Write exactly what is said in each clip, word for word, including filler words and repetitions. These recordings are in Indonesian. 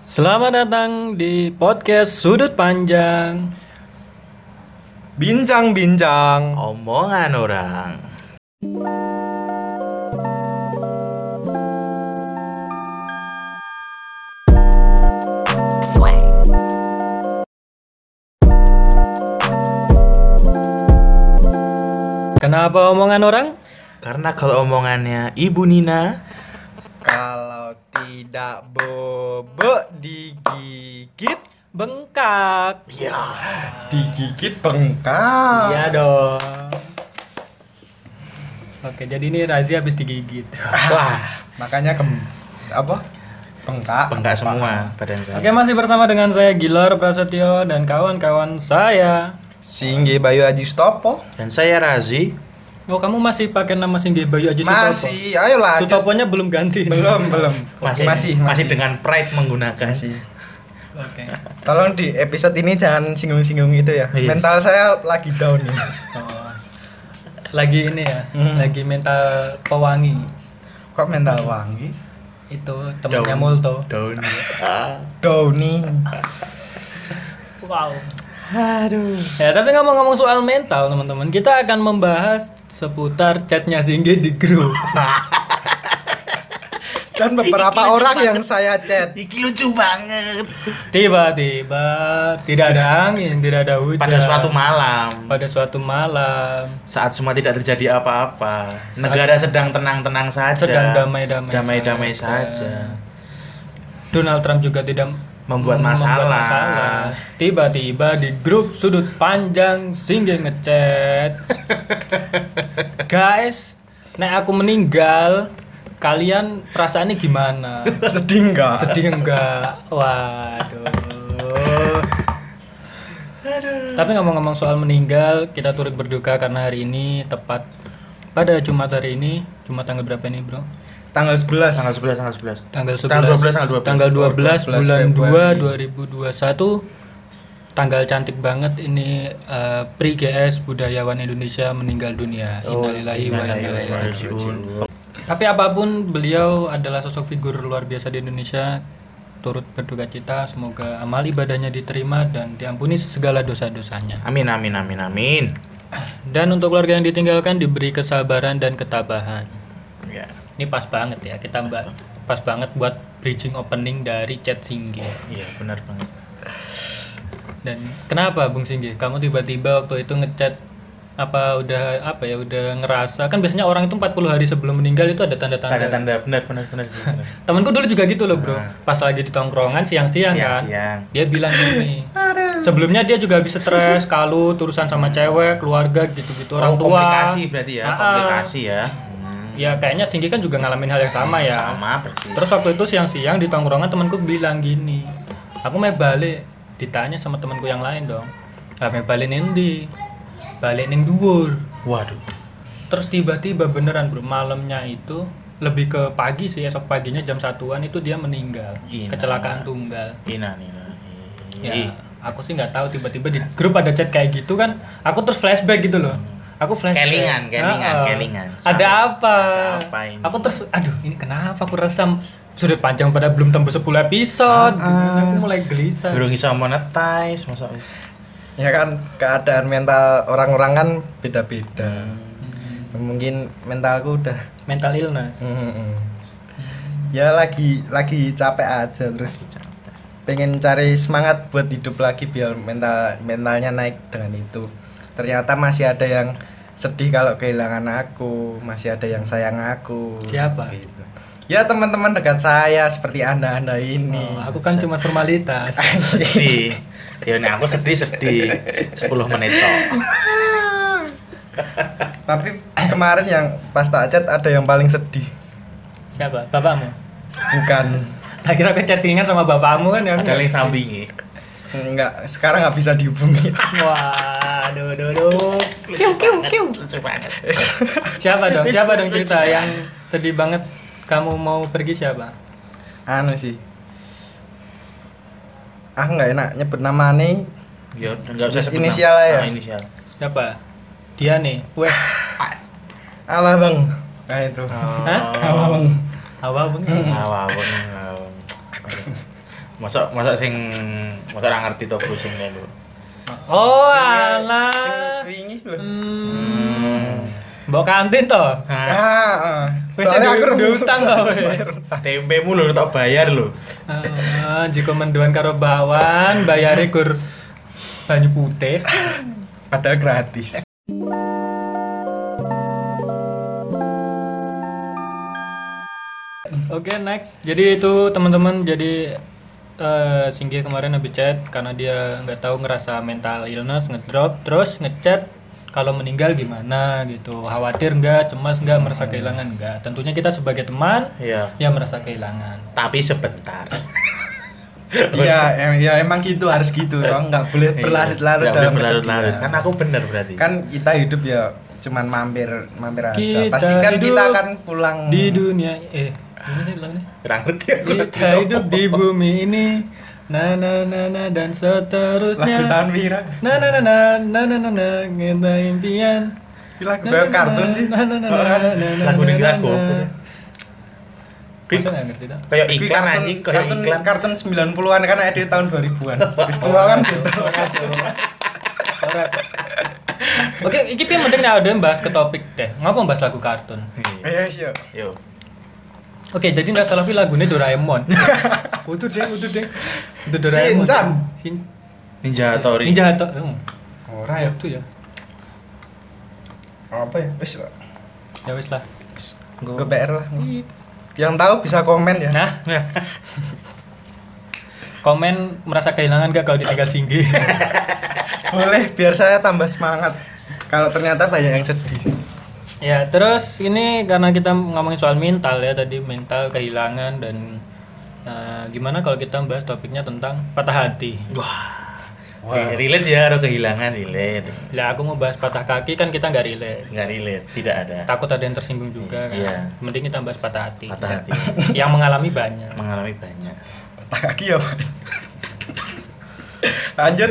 Selamat datang di podcast Sudut Panjang. Bincang-bincang. Omongan orang. Kenapa omongan orang? Karena kalau omongannya Ibu Nina, Kalau tidak bobok digigit, Bengkak. ya digigit bengkak. Iya dong. Oke, jadi ini Razi habis digigit. wah, Makanya kem apa? Bengkak. bengkak semua badan saya. Oke, masih bersama dengan saya Gilar Prasetyo dan kawan-kawan saya. Singgi Bayu Aji Stopo. Dan saya Razi. Oh, kamu masih pakai nama Singgi Bayu Aji Sutopo? Masih, ayo lah. Sutoponya belum ganti. Belum, belum. Masih, masih, masih dengan pride menggunakan. masih. Oke. Tolong di episode ini jangan singgung-singgung itu ya. Yes. Mental saya lagi down nih. Oh. Lagi ini ya, Hmm. lagi mental pewangi. Kok mental wangi? Itu temennya Daun. Multo. Daun. Down nih. Wow. Aduh. Ya, tapi ngomong-ngomong soal mental, teman-teman, kita akan membahas seputar chatnya Singgi di grup. Dan beberapa Iki lucu orang banget. yang saya chat. Iki lucu banget. Tiba-tiba tidak ada angin, tidak ada hujan. Pada suatu malam, Pada suatu malam. saat semua tidak terjadi apa-apa, negara sedang tenang-tenang saja. Sedang damai-damai Damai-damai saja. saja. Donald Trump juga tidak Membuat mem- masalah. masalah. Tiba-tiba di grup Sudut Panjang Singgi ngechat. Guys, nek aku meninggal, kalian perasaannya gimana? Sedih enggak? Sedih enggak? Waduh. Tapi ngomong-ngomong soal meninggal, kita turut berduka karena hari ini tepat pada Jumat hari ini. Jumat tanggal berapa ini, Bro? Tanggal sebelas. Tanggal sebelas, tanggal sebelas. Tanggal sebelas. Tanggal dua belas, tanggal dua belas. Tanggal dua belas dua belas bulan dua Februari. dua ribu dua puluh satu. Tanggal cantik banget ini, eh, Pri G S budayawan Indonesia meninggal dunia. Innalillahi wa inna ilaihi raji'un. Tapi apapun, beliau adalah sosok figur luar biasa di Indonesia. Turut berduka cita, semoga amal ibadahnya diterima dan diampuni segala dosa-dosanya. Amin, amin, amin, amin. Dan untuk keluarga yang ditinggalkan diberi kesabaran dan ketabahan. Ya. Ini pas banget ya, kita mbak pas banget buat bridging opening dari chat Singgi. Iya, benar banget. Dan kenapa Bung Singgi? Kamu tiba-tiba waktu itu ngechat apa udah apa ya udah ngerasa kan biasanya orang itu empat puluh hari sebelum meninggal itu ada tanda-tanda. Ada tanda benar benar benar sih, benar. Temanku dulu juga gitu loh, Bro. Nah. Pas lagi di tongkrongan siang-siang kan. Siang-siang. Dia bilang gini. Sebelumnya dia juga habis stres, kalut, urusan sama cewek, keluarga gitu-gitu, orang Oh, tua. komplikasi berarti ya, Ah, ah. komplikasi ya. Hmm. Ya kayaknya Singgi kan juga ngalamin hal yang sama ya. Sama persis. Terus waktu itu siang-siang di tongkrongan temanku bilang gini, aku mau balik, ditanya sama temanku yang lain dong, lah mau balik nendi, balik neng dhuwur. Waduh. Terus tiba-tiba beneran bro, malamnya itu lebih ke pagi sih, esok paginya jam satuan itu dia meninggal, Ina. kecelakaan tunggal. Ina nih. Ya, aku sih nggak tahu tiba-tiba di grup ada chat kayak gitu kan, aku terus flashback gitu loh. Aku flashback. Kelingan, kelingan, Ah, ah. kelingan. Ada apa? Ada apa ini? Aku terus, aduh ini kenapa aku resam Sudut Panjang pada belum tembus sepuluh episode. Ah, ah. Aku mulai gelisah. Durung iso monetize, masa wis. Ya kan keadaan mental orang-orang kan beda-beda. Mungkin mentalku udah Mental illness. mm, ya lagi lagi capek aja terus pengen cari semangat buat hidup lagi biar mental mentalnya naik dengan itu. Ternyata masih ada yang sedih kalau kehilangan aku, masih ada yang sayang aku. Siapa? Gitu. Ya teman-teman dekat saya seperti anda-anda ini. Oh, aku kan cuma formalitas. Sedih. Ya nek aku sedih-sedih sepuluh menit tok. Tapi kemarin yang pas tak chat ada yang paling sedih. Siapa? Bapakmu? Bukan. Tak kira aku chattingan sama bapakmu kan ya? Ada yang sampingi. Enggak, sekarang nggak bisa dihubungi. Wah, aduh, aduh, aduh. Kiu kiu kiu. Lucu banget. Siapa dong? Siapa dong cerita yang sedih banget? Kamu mau pergi siapa? Anu sih. Ah nggak enak nyebut nama nih. Ya, enggak usah sebut Inisial nama. aja ya? Ah, inisial. Siapa? Dia nih. Weh. Alah bang. Nah itu. Hah? Alah bang. Awal bang. Awal, awal. Masa masa sing masa ora ngerti to pusing lho. Oh, Sing alah. wingi lho. Hmm. Mbok kantin to? Nah, Ah, Wis soalnya aku duwe utang to we. tempemu lho tak bayar lho. Ah, jika menduan karo bawan, bayare gur banyu putih. padahal gratis. Oke, next. Jadi itu teman-teman, jadi eh Singgi kemarin habis chat karena dia nggak tahu ngerasa mental illness, ngedrop, terus ngechat kalau meninggal gimana gitu. Khawatir nggak, cemas nggak, merasa kehilangan nggak. Tentunya kita sebagai teman Iya. ya merasa kehilangan. Tapi sebentar. Iya, em- ya emang gitu harus gitu, toh nggak boleh berlarut-larut Nggak dalam boleh berlarut-larut. kesedihan. Kan aku bener berarti. Kan kita hidup ya cuman mampir mampir aja. Kita Pasti kan hidup kita akan pulang Di dunia eh gimana sih bilangnya? Kurang ngerti aku. Kita hidup di bumi ini. Na na na na dan lagu seterusnya. tahun wira. Na na na na na na na na kita impian. Ini lagu kayak kartun sih. Na na na na na na. Lagu ini lagu. Masa nggak ngerti dah? Kayak Ini iklan kartun- anjing, kayak kartun, iklan. kartun sembilan puluhan kan ada di tahun dua ribuan. Wis tua kan gitu. Ora, Cok. Oke, iki piye mending nek ada bahas ke topik deh. Ngapa bahas lagu kartun? Ayo sih. Yo. Oke, jadi nggak salah pi lagunya Doraemon. Utuh deh, utuh deh. Itu Doraemon. Shinchan. Shin Ninja Hattori. Ninja Hattori. Oh, Ora ya. itu ya. Apa ya? Wis Ya wis lah. ke P R lah. Yang tahu bisa komen ya. Nah, komen merasa kehilangan gak kalau ditinggal Singgi? Boleh biar saya tambah semangat. Kalau ternyata banyak yang sedih. Ya, terus ini karena kita ngomongin soal mental ya tadi, mental, kehilangan dan eh, gimana kalau kita bahas topiknya tentang patah hati. Wah. Oke, relate ya, ada kehilangan relate. Lah aku mau bahas patah kaki kan kita nggak relate. Enggak relate, tidak ada. Takut ada yang tersinggung juga kan. Iya. Mending kita bahas patah hati. Patah hati. Yang mengalami banyak. Mengalami banyak. Patah kaki ya, Pak. Lanjut.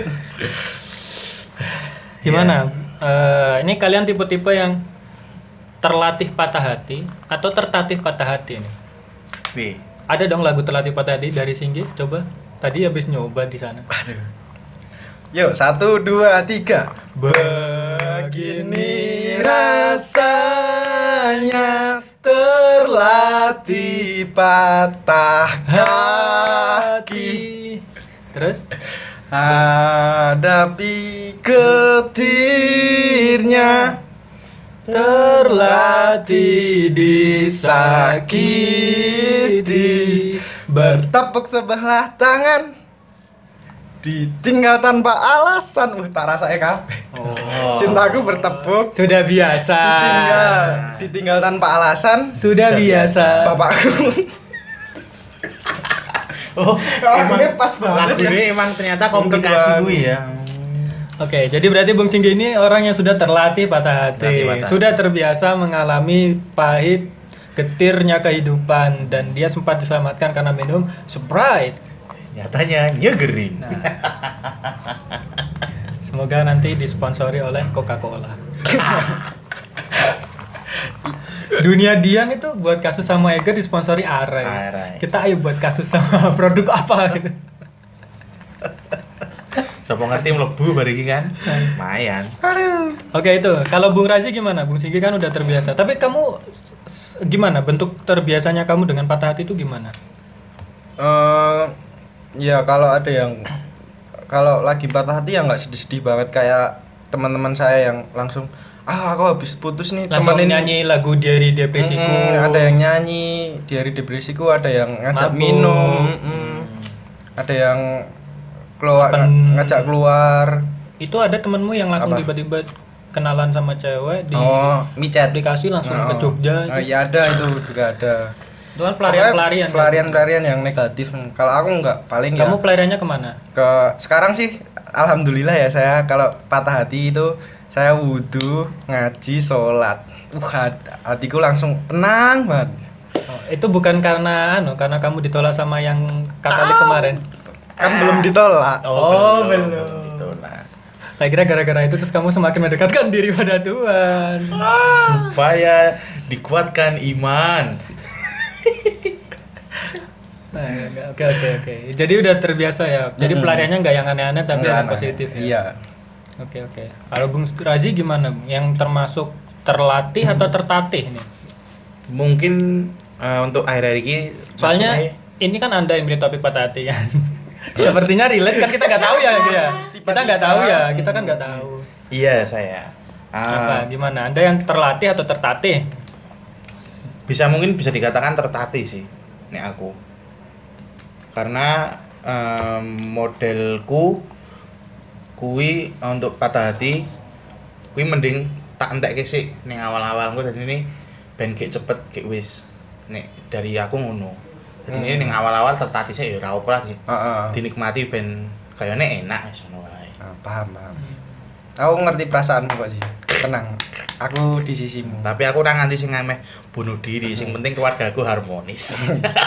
Gimana? Eh, ini kalian tipe-tipe yang terlatih patah hati atau tertatih patah hati ini? B. Ada dong lagu terlatih patah hati dari Singgi, coba. Tadi habis nyoba di sana. Aduh. Yuk, satu, dua, tiga. Begini rasanya terlatih patah kaki, Terus? hadapi getirnya, Terlatih disakiti, bertepuk sebelah tangan, ditinggal tanpa alasan. Uh, tak rasa kabeh. Oh. Cintaku bertepuk, Sudah biasa. ditinggal, ditinggal tanpa alasan. Sudah biasa. Bapakku. Oh, emang Lagunya pas banget lagu ya. ini emang ternyata komplikasi Untuk gue ya. Oke, jadi berarti Bung Singgi ini orang yang sudah terlatih patah hati, Terlatih patah hati. sudah terbiasa mengalami pahit getirnya kehidupan dan dia sempat diselamatkan karena minum Sprite. Nyatanya nyegerin. Semoga nanti disponsori oleh Coca-Cola. Dunia Dian itu buat kasus sama Eger disponsori Arai. Arai. Kita ayo buat kasus sama produk apa gitu. Siapa ngerti mlebu bariki kan? Lumayan. Oke itu, kalau Bung Razi gimana? Bung Singgi kan udah terbiasa. Tapi kamu s- gimana? Bentuk terbiasanya kamu dengan patah hati itu gimana? Eh, ya kalau ada yang kalau lagi patah hati ya nggak sedih-sedih banget kayak teman-teman saya yang langsung ah aku habis putus nih Langsung temenin." nyanyi lagu Diary Depresiku. Mm, ada yang nyanyi Diary Depresiku, ada yang ngajak Mabuk. minum, mm, ada yang keluar Pen- ngajak keluar. Itu ada temenmu yang langsung Apa? tiba-tiba kenalan sama cewek di Oh, micet. aplikasi langsung Oh. ke Jogja. Oh, iya ada itu juga ada. Itu kan pelarian-pelarian. Pokoknya pelarian-pelarian yang negatif. Kalau aku nggak, paling Kamu ya pelariannya kemana? ke sekarang sih alhamdulillah ya saya kalau patah hati itu saya wudhu, ngaji, sholat. Uh, hat- hatiku langsung tenang banget. Oh, itu bukan karena anu, karena kamu ditolak sama yang Katolik kemarin. Kan belum ditolak. Oh, belum. Gitu lah. Saya kira gara-gara itu terus kamu semakin mendekatkan diri pada Tuhan. Supaya dikuatkan iman. Nah, oke oke oke. Jadi udah terbiasa ya. Jadi Mm-mm. pelariannya nggak yang aneh-aneh tapi Nggak yang aneh. positif ya. Iya. Oke oke. Kalau Bung Razi gimana? Bung? Yang termasuk terlatih atau tertatih nih? Mungkin eh, untuk akhir-akhir ini Soalnya masuknya- ini kan Anda yang beri topik patah hati kan. Sepertinya relate kan kita nggak tahu ya dia. Kita nggak tahu ya. Kita kan nggak tahu. iya saya. Ah, Apa gimana? Anda yang terlatih atau tertatih? bisa mungkin bisa dikatakan tertatih sih nek aku. Karena em, modelku kui untuk patah hati kui mending tak entekke sih ning awal-awal engko dadi ini ben gek cepet gek wis nek dari aku ngono. Jadi ini Hmm. ning awal-awal tertatih sih ya ora apa lah di- Heeh. dinikmati ben kayaknya enak wis ngono wae. Ah, paham, paham. Aku ngerti perasaanmu kok sih. Tenang. Aku di sisimu. Tapi aku ora nganti sing ameh bunuh diri, sing penting keluargaku harmonis.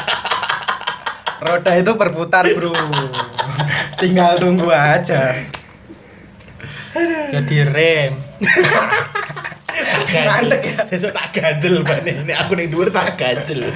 Roda itu berputar, Bro. Tinggal tunggu aja. Ya direm. Mandek ya. Sesuk tak ganjel bane. Nek aku ning dhuwur tak ganjel.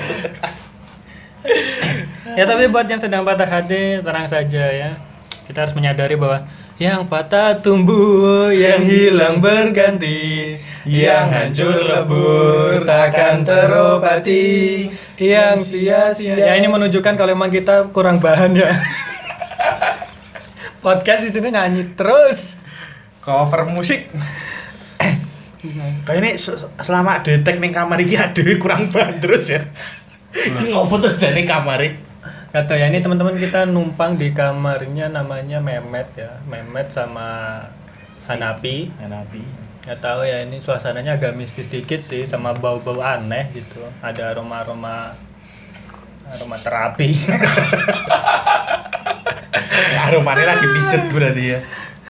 Ya tapi buat yang sedang patah hati tenang saja ya. Kita harus menyadari bahwa yang patah tumbuh, yang hilang berganti, yang hancur lebur takkan terobati, yang sia-sia. Ya ini menunjukkan kalau memang kita kurang bahan ya. Podcast di sini nyanyi terus. Cover musik. Kayaknya se- selama detek ning kamar iki adewe kurang bahan terus ya. Iki ngopo tuh jane kamare? Kata ya ini teman-teman kita numpang di kamarnya namanya Memet ya, Memet sama Hanapi. Nabi. Nggak tahu ya ini suasananya agak mistis dikit sih sama bau-bau aneh gitu. Ada aroma-aroma aroma terapi. Aromanya lagi pijet berarti ya.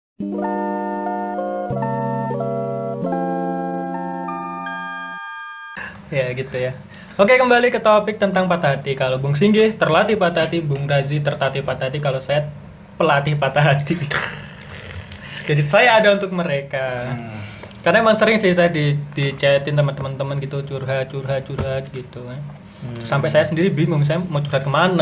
Ya gitu ya. Oke kembali ke topik tentang patah hati. Kalau Bung Singgih terlatih patah hati, Bung Razi tertatih patah hati. Kalau saya pelatih patah hati. Jadi saya ada untuk mereka. Hmm. Karena emang sering sih saya di di chatin sama teman-teman gitu curhat curhat curhat gitu kan. Hmm. Sampai saya sendiri bingung saya mau curhat kemana.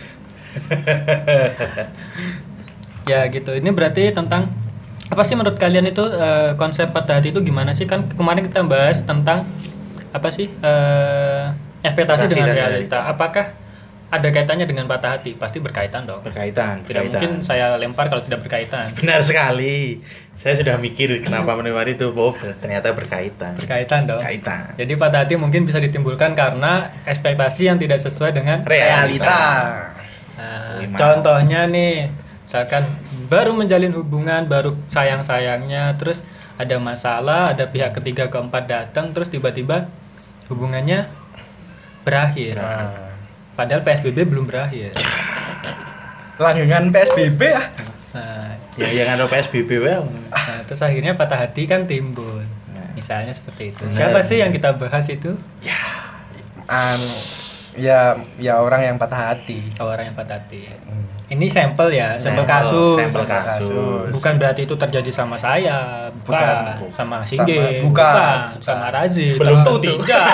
Ya gitu. Ini berarti tentang apa sih menurut kalian itu eh, konsep patah hati itu gimana sih? Kan kemarin kita bahas tentang apa sih eh, ekspektasi Ekspektasi dengan dan realita. Apakah ada kaitannya dengan patah hati? Pasti berkaitan dong. Berkaitan, Tidak berkaitan. mungkin saya lempar kalau tidak berkaitan. Benar sekali. Saya sudah mikir kenapa mendengar itu, oh ternyata berkaitan. Berkaitan dong. Berkaitan. Jadi patah hati mungkin bisa ditimbulkan karena ekspektasi yang tidak sesuai dengan Realita. Nah, Wih, contohnya nih, misalkan baru menjalin hubungan, baru sayang-sayangnya, terus ada masalah, ada pihak ketiga keempat datang, terus tiba-tiba hubungannya berakhir. Nah, Padahal P S B B belum berakhir. langgangan P S B B ya. Nah, Ya yang ada P S B B wae. nah, terus akhirnya patah hati kan timbul. Nah. Misalnya seperti itu. Benar. Siapa sih yang kita bahas itu? Anu, ya ya orang yang patah hati. Orang yang patah hati. Hmm. Ini sampel ya, sampel Sampel, kasus. sampel Sampel kasus. kasus. Bukan berarti itu terjadi sama saya, bukan, Bukan. sama Sama- Singgih, bukan. bukan, Bukan. sama Razi, Belum tentu tentu. tidak.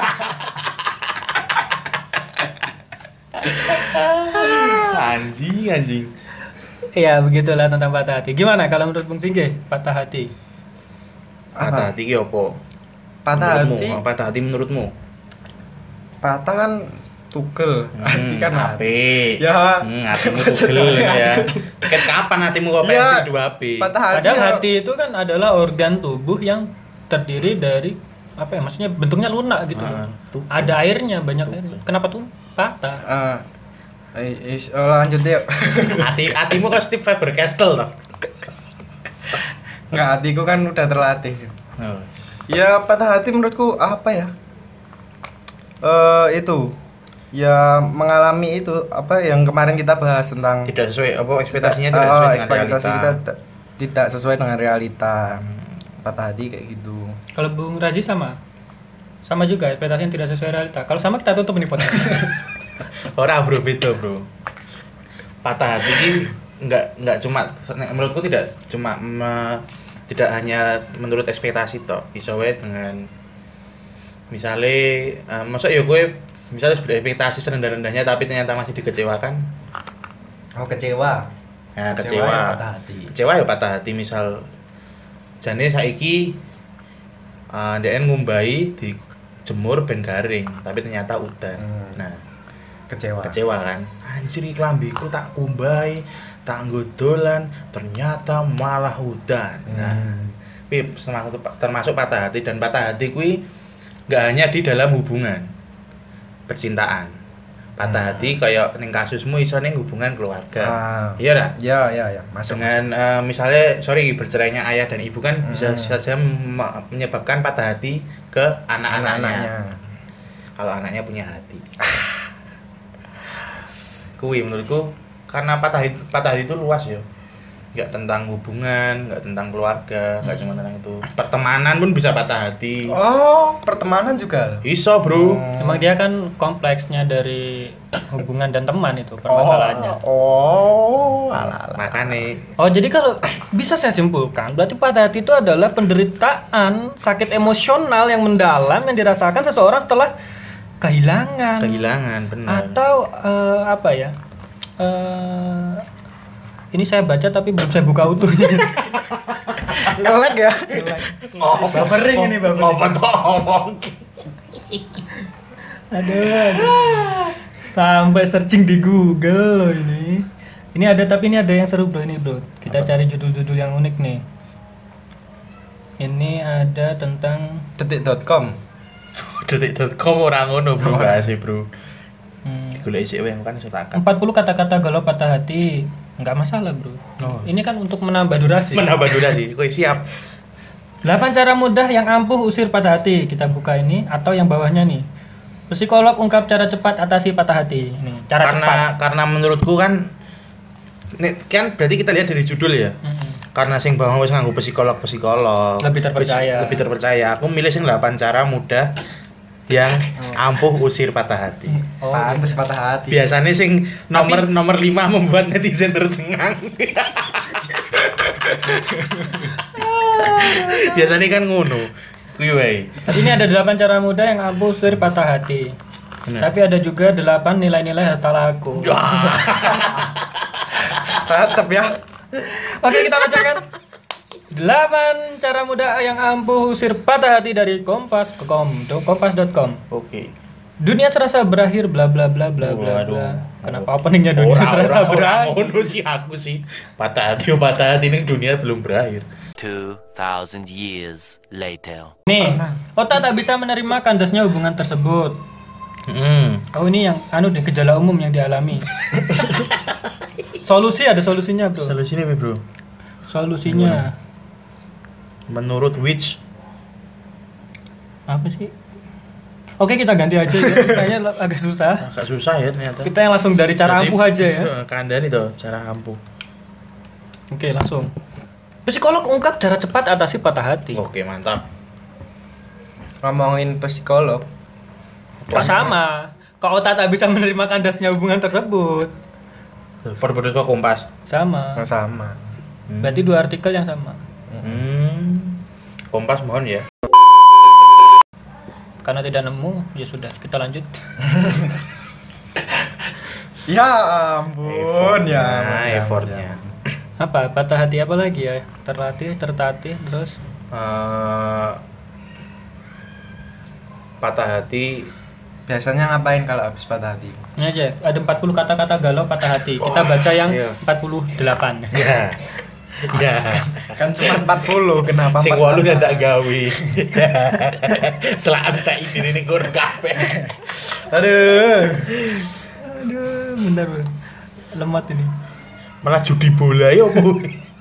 Anjing, anjing. Iya, begitulah tentang patah hati. Gimana kalau menurut Bung Singgih, patah hati? Patah Apa? hati ki opo? Patah Menurutmu? hati. Oh, patah hati menurutmu? Patah kan tugel. Hati kan H P. hati. Ya. Hmm, hatimu Maksudnya tugel hati. ya. Ket kapan hatimu kok Ya, pensi dua H P? Patah hati. Padahal ya. hati itu kan adalah organ tubuh yang terdiri dari apa ya? Maksudnya bentuknya lunak gitu. Ah, tubuh. Ada airnya, banyak airnya. Kenapa tuh patah? Ah, eh, is- oh, lanjut yuk. Hati hatimu kok Steve Faber Castell toh? Enggak, hatiku kan udah terlatih. Oh. Ya patah hati menurutku apa ya? Eh itu ya mengalami itu apa yang kemarin kita bahas tentang Tidak sesuai apa ekspektasinya tidak Oh, sesuai dengan ekspektasi realita. kita t- tidak sesuai dengan realita. Hmm. Patah hati kayak gitu. Kalau Bung Razi sama? Sama juga, ekspektasi yang tidak sesuai realita. Kalau sama kita tutup nih podcast. Ora bro, beda bro. Patah hati ini nggak nggak cuma nek menurutku tidak cuma me- tidak hanya menurut ekspektasi toh. Bisa wae dengan misalnya uh, masa ya gue misalnya berekspektasi serendah-rendahnya tapi ternyata masih dikecewakan. Oh, kecewa. Nah, Kecewa kecewa. ya patah hati. Kecewa ya patah hati misal jane saiki uh, D N ngumbahi di jemur ben garing tapi ternyata udan. Hmm. Nah, Kecewa. kecewa kan. Anjir iki klambiku tak ngumbahi, tak nggo dolan, ternyata malah udan. Nah, Hmm. tapi termasuk termasuk patah hati dan patah hati kuwi enggak hanya di dalam hubungan percintaan. Patah Hmm. hati kayak ning kasusmu iso ning hubungan keluarga. Ah. Iya dah. Ya, ya, ya. Masuk. Dengan uh, misalnya sorry bercerainya ayah dan ibu kan bisa Hmm. saja me- menyebabkan patah hati ke anak-anaknya. Anak-anaknya. Kalau anaknya punya hati. Kui menurutku karena patah hati, patah hati itu luas ya. Enggak tentang hubungan, enggak tentang keluarga, enggak cuma tentang itu. Pertemanan pun bisa patah hati. Oh, pertemanan juga. Iso, Bro. Oh. Emang dia kan kompleksnya dari hubungan dan teman itu permasalahannya. Oh, oh ala ala. Makanya Oh, jadi kalau bisa saya simpulkan, berarti patah hati itu adalah penderitaan sakit emosional yang mendalam yang dirasakan seseorang setelah kehilangan, kehilangan benar. atau eh, apa ya? Eh, ini saya baca tapi belum saya buka utuhnya. Ngelek ya. Oh, babering ini babering. Ngomong tuh ngomong. Aduh, aduh. Sampai searching di Google loh ini. Ini ada tapi ini ada yang seru bro ini bro. Kita cari judul-judul yang unik nih. Ini ada tentang detik dot com. detik dot com orang ngono bro bahas bro. hmm, Golek isik wae kan iso takat. empat puluh kata-kata galau patah hati. Enggak masalah bro. Oh. Ini kan untuk menambah durasi. Menambah durasi, kowe siap. delapan cara mudah yang ampuh usir patah hati. Kita buka ini atau yang bawahnya nih. Psikolog ungkap cara cepat atasi patah hati. Nih, cara karena cepat. karena menurutku kan ini kan berarti kita lihat dari judul ya. Mm-mm. Karena sing bawah wis nganggo psikolog psikolog Lebih terpercaya. lebih terpercaya. Aku milih sing delapan cara mudah yang ampuh usir patah hati. Oh, Pantes patah hati. Biasanya sing nomor nomor lima membuat netizen tercengang. Biasanya kan ngono. Kuwi wae. Tapi ini ada delapan cara mudah yang ampuh usir patah hati. Benar. Tapi ada juga delapan nilai-nilai hasta laku. Tetep ya. Oke, kita bacakan. delapan cara mudah yang ampuh usir patah hati dari kompas dot com. kompas dot com. Oke. Dunia serasa berakhir bla bla bla bla bla Waduh. bla. Kenapa openingnya dunia Ora, serasa ora, ora berakhir? ngono sih aku sih. Patah hati, patah hati ini dunia belum berakhir. Two thousand years later. Nih, otak tak bisa menerima kandasnya hubungan tersebut. Hmm. Oh, ini yang anu deh gejala umum yang dialami. Solusi ada solusinya, Bro. Solusinya apa, Bro? Solusinya Menurut which apa sih? Oke, kita ganti aja ya. Kayaknya agak susah. agak susah ya ternyata. Kita yang langsung dari cara Berarti- ampuh aja ya. Kandani tuh cara ampuh. Oke, langsung. Psikolog ungkap cara cepat atasi patah hati. Oke, mantap. Ngomongin psikolog. Kok sama? Kok otak tak bisa menerima kandasnya hubungan tersebut? Perbedaan kok kompas. Sama. Oh, sama. Hmm. Berarti dua artikel yang sama. Hmm. Kompas mohon ya. Karena tidak nemu, ya sudah kita lanjut. Ya ampun ya. Nah, ya, effortnya. Apa? Patah hati apa lagi ya? Terlatih, tertatih, terus Eh, patah hati. Biasanya ngapain kalau habis patah hati? ini aja. Ada empat puluh kata-kata galau patah hati. Kita baca yang iya. empat puluh delapan. Ya. Ya. Kan cuma empat puluh, kenapa? Sing empat walu puluh? ndak gawe. Selam tak idine ning kono kabeh. Aduh. Aduh, bener bro. Lemot ini. Malah judi bola ya opo?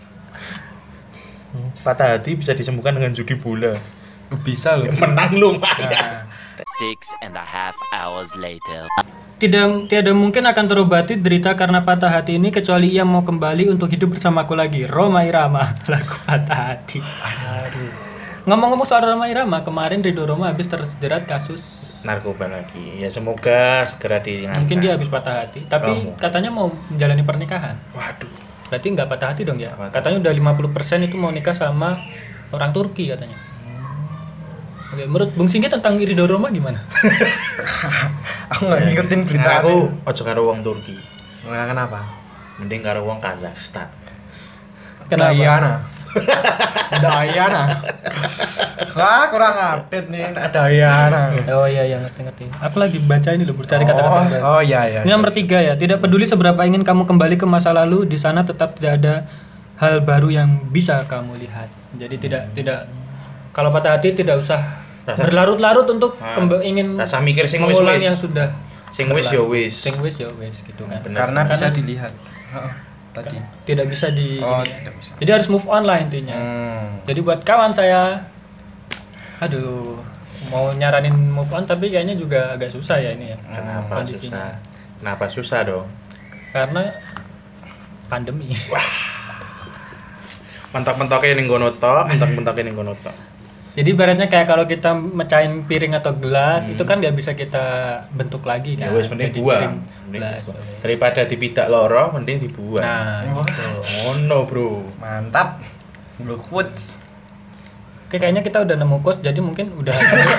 Patah hati bisa disembuhkan dengan judi bola. Bisa loh. Menang lumayan. Six and a half hours later. Tidak tiada mungkin akan terobati derita karena patah hati ini kecuali ia mau kembali untuk hidup bersamaku lagi. Roma Irama, lagu patah hati. Aduh. Ngomong-ngomong soal Roma Irama, kemarin Ridho Roma habis terjerat kasus. Narkoba lagi. Ya semoga segera diingatkan. Mungkin dia habis patah hati, tapi Oh. katanya mau menjalani pernikahan. Waduh. Berarti nggak patah hati dong ya? Nggak patah. Katanya udah lima puluh persen itu mau nikah sama orang Turki katanya. Oke, menurut Bung Singgi tentang Ridho Roma gimana? Aku nggak ngikutin berita. Nah, aku ojo karo wong Turki. Nah, kenapa? Mending karo wong Kazakhstan. Kenapa? Dayana. Dayana. Wah, kurang update nih. Dayana. Oh iya iya ngerti-ngerti. Aku lagi baca ini loh, cari Oh, kata-kata baru. oh iya iya. Ini nomor tiga ya. Tidak peduli seberapa ingin kamu kembali ke masa lalu, di sana tetap tidak ada hal baru yang bisa kamu lihat. Jadi tidak tidak kalau patah hati tidak usah Rasa- berlarut-larut untuk Nah, kemba- ingin rasa mikir sing mengulang wis-wis. yang sudah Sing wis ya wis. sing wis ya wis gitu kan. Bener. Karena bisa Karena- dilihat. Heeh, tadi. Tidak bisa di Oh, ini ya. tidak bisa. Jadi harus move on lah intinya. Hmm. Jadi buat kawan saya, aduh, mau nyaranin move on tapi kayaknya juga agak susah ya ini ya. Kenapa kondisinya. susah? Kenapa susah dong? Karena pandemi. Mentok-mentoknya ning kono tok, mentok-mentoknya ning kono tok. Jadi ibaratnya kayak kalau kita mecahin piring atau gelas, Hmm. itu kan nggak bisa kita bentuk lagi Ya kan. wis mending Jadi buang. piring, Mending gelas. dibuang. Daripada dipidak loro, mending dibuang. Nah, gitu. Ngono, Bro. Mantap. Blue quotes. Oke, kayaknya kita udah nemu quotes, jadi mungkin udah.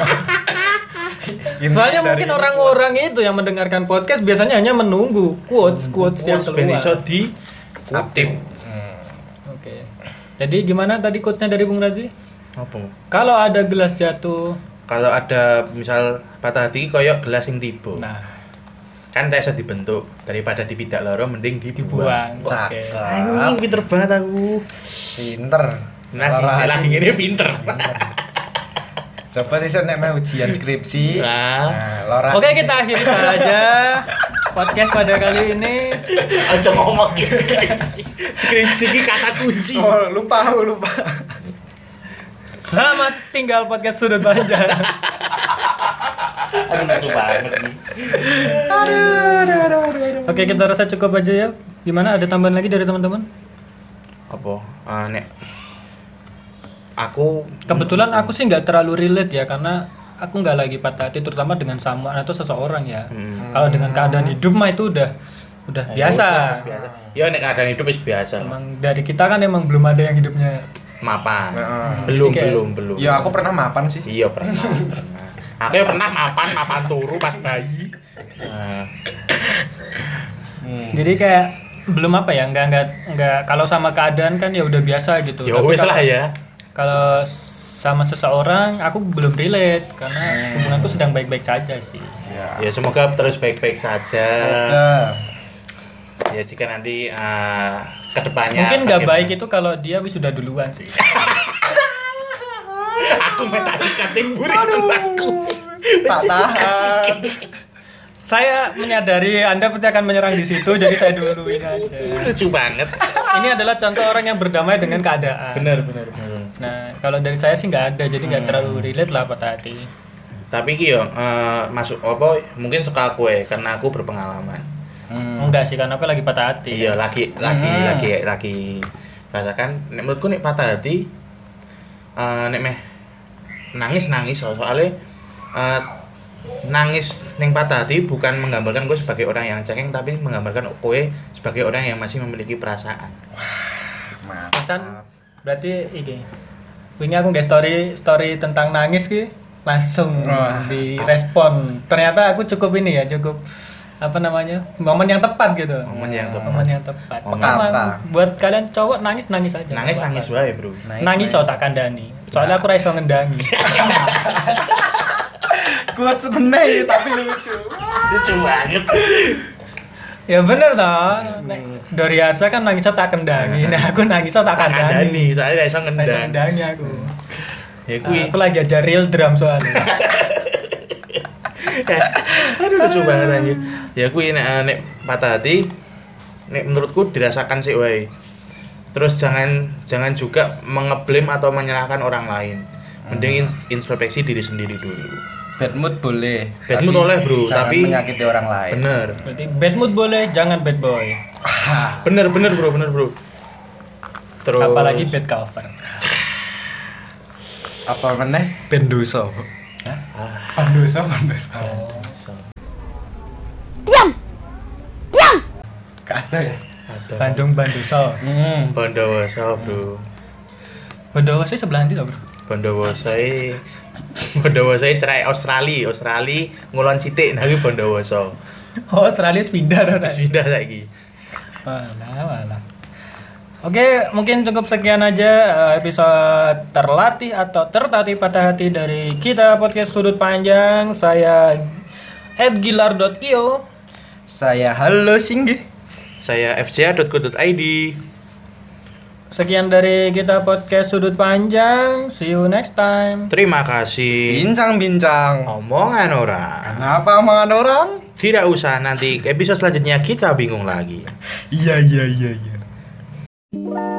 Ini Soalnya dari- mungkin orang-orang itu yang mendengarkan podcast biasanya hanya menunggu quotes quotes yang Quotes ben keluar. iso di kutip. Hmm. Oke. Jadi gimana tadi quotesnya dari Bung Razi? Apa? Kalau ada gelas jatuh, Kalau ada misal patah hati koyo gelas sing tiba. nah Kan ra iso dibentuk. Daripada dipidak loro mending dibuang. dibuang. Oke. Anjing pinter banget aku. Pinter. Nah, Lara ini hati. lagi ngene pinter. Coba sih nek mau ujian skripsi. Nah. Nah, Lora. Oke, kita akhiri saja podcast pada kali ini. Aja ngomong gitu. Skripsi iki kata kunci. Oh, lupa, lupa. Selamat tinggal podcast sudut panjang. Aduh lucu banget nih. Oke, kita rasa cukup aja ya. Gimana? Ada tambahan lagi dari teman-teman? Apa? Ah, nek aku Kebetulan aku sih nggak terlalu relate ya, karena aku nggak lagi patah hati, terutama dengan someone atau seseorang ya. Hmm. Kalau dengan keadaan hidup mah itu udah udah Ya, biasa. wis, biasa. Ya nek keadaan hidup wis biasa. lah. Emang dari kita kan emang belum ada yang hidupnya. Mapan. Heeh. Belum, Jadi kayak- belum, belum. Ya aku pernah mapan sih. Iya pernah, pernah. Aku ya pernah mapan, mapan turu pas bayi. Nah, Hmm. Jadi kayak belum apa ya, nggak nggak nggak kalau sama keadaan kan ya udah biasa gitu. ya Tapi wis kalau- lah ya. Kalau sama seseorang aku belum relate karena hubunganku sedang baik-baik saja sih. Ya. Ya semoga terus baik-baik saja. Semoga. Ya jika nanti uh, kedepannya Mungkin nggak bagaimana- baik itu kalau dia wisuda duluan sih. Aku metasi kating burik tentangku. Tak tahan. Saya menyadari Anda pasti akan menyerang di situ, jadi saya duluin aja. Lucu banget. Ini adalah contoh orang yang berdamai dengan keadaan. Benar, benar, benar. Nah, kalau dari saya sih nggak ada, jadi nggak terlalu relate lah patah hati. Tapi ki yo uh, masuk apa mungkin suka aku ya karena aku berpengalaman. Hmm. Enggak sih, karena aku lagi patah hati. Iya, lagi lagi Hmm. lagi lagi rasakan nek menurutku nek patah hati uh, nek meh nangis nangis so- soalnya uh, nangis ning patah hati bukan menggambarkan gue sebagai orang yang cengeng tapi menggambarkan gue sebagai orang yang masih memiliki perasaan. Mantap. Pesan berarti ini. Ini aku nggak story story tentang nangis ki langsung Wah. direspon. Ternyata aku cukup ini ya, cukup apa namanya momen yang tepat gitu. Momen yang tepat. Momen yang tepat. Momen Emang apa? buat kalian cowok nangis nangis aja. Nangis Nggak nangis apa-apa. wae, Bro. Nangis so tak kandani. Soalnya aku ra iso ngendangi. Kuat sebenarnya tapi lucu. Lucu banget. Ya bener toh. Nek Dori Harsa kan nangis so tak kendangi. Nah aku nangis so tak kandani. Kandani, soalnya iso Ra iso ngendang. ngendangi aku. Ya Nah, kuwi. aku lagi ajar real drum soalnya. Aduh lucu banget anjir. Ya kuwi nek nek patah hati nek menurutku dirasakan sih wae. Terus jangan jangan juga mengeblame atau menyalahkan orang lain. Mending ins- introspeksi diri sendiri dulu. Bad mood boleh. Bad tapi mood boleh, bro, jangan tapi- menyakiti orang lain. Bener. Berarti bad mood boleh, jangan bad boy. Bener bener bro, bener bro. Terus Apalagi bad cover. Apa meneh? Bendoso. Hah? Pandoso, Pandoso. Kata ya. Ada. Bandung Bandoso. Hmm. Bondowoso bro. Bondowoso sebelah nanti tau bro. Bondowoso e Bondowoso e cerai Australia, Australia ngulon sithik nang Bondowoso. Oh, Australia wis pindah to. Wis pindah saiki. Walah, walah. Oke, mungkin cukup sekian aja uh, episode terlatih atau tertatih patah hati dari kita podcast Sudut Panjang. Saya edgilar dot io. Saya Halo Singgih. Saya f c a dot co dot i d. Sekian dari kita podcast Sudut Panjang. See you next time. Terima kasih. Bincang-bincang. Omongan orang. Kenapa omongan orang? Tidak usah, nanti episode selanjutnya kita bingung lagi. Iya iya iya iya.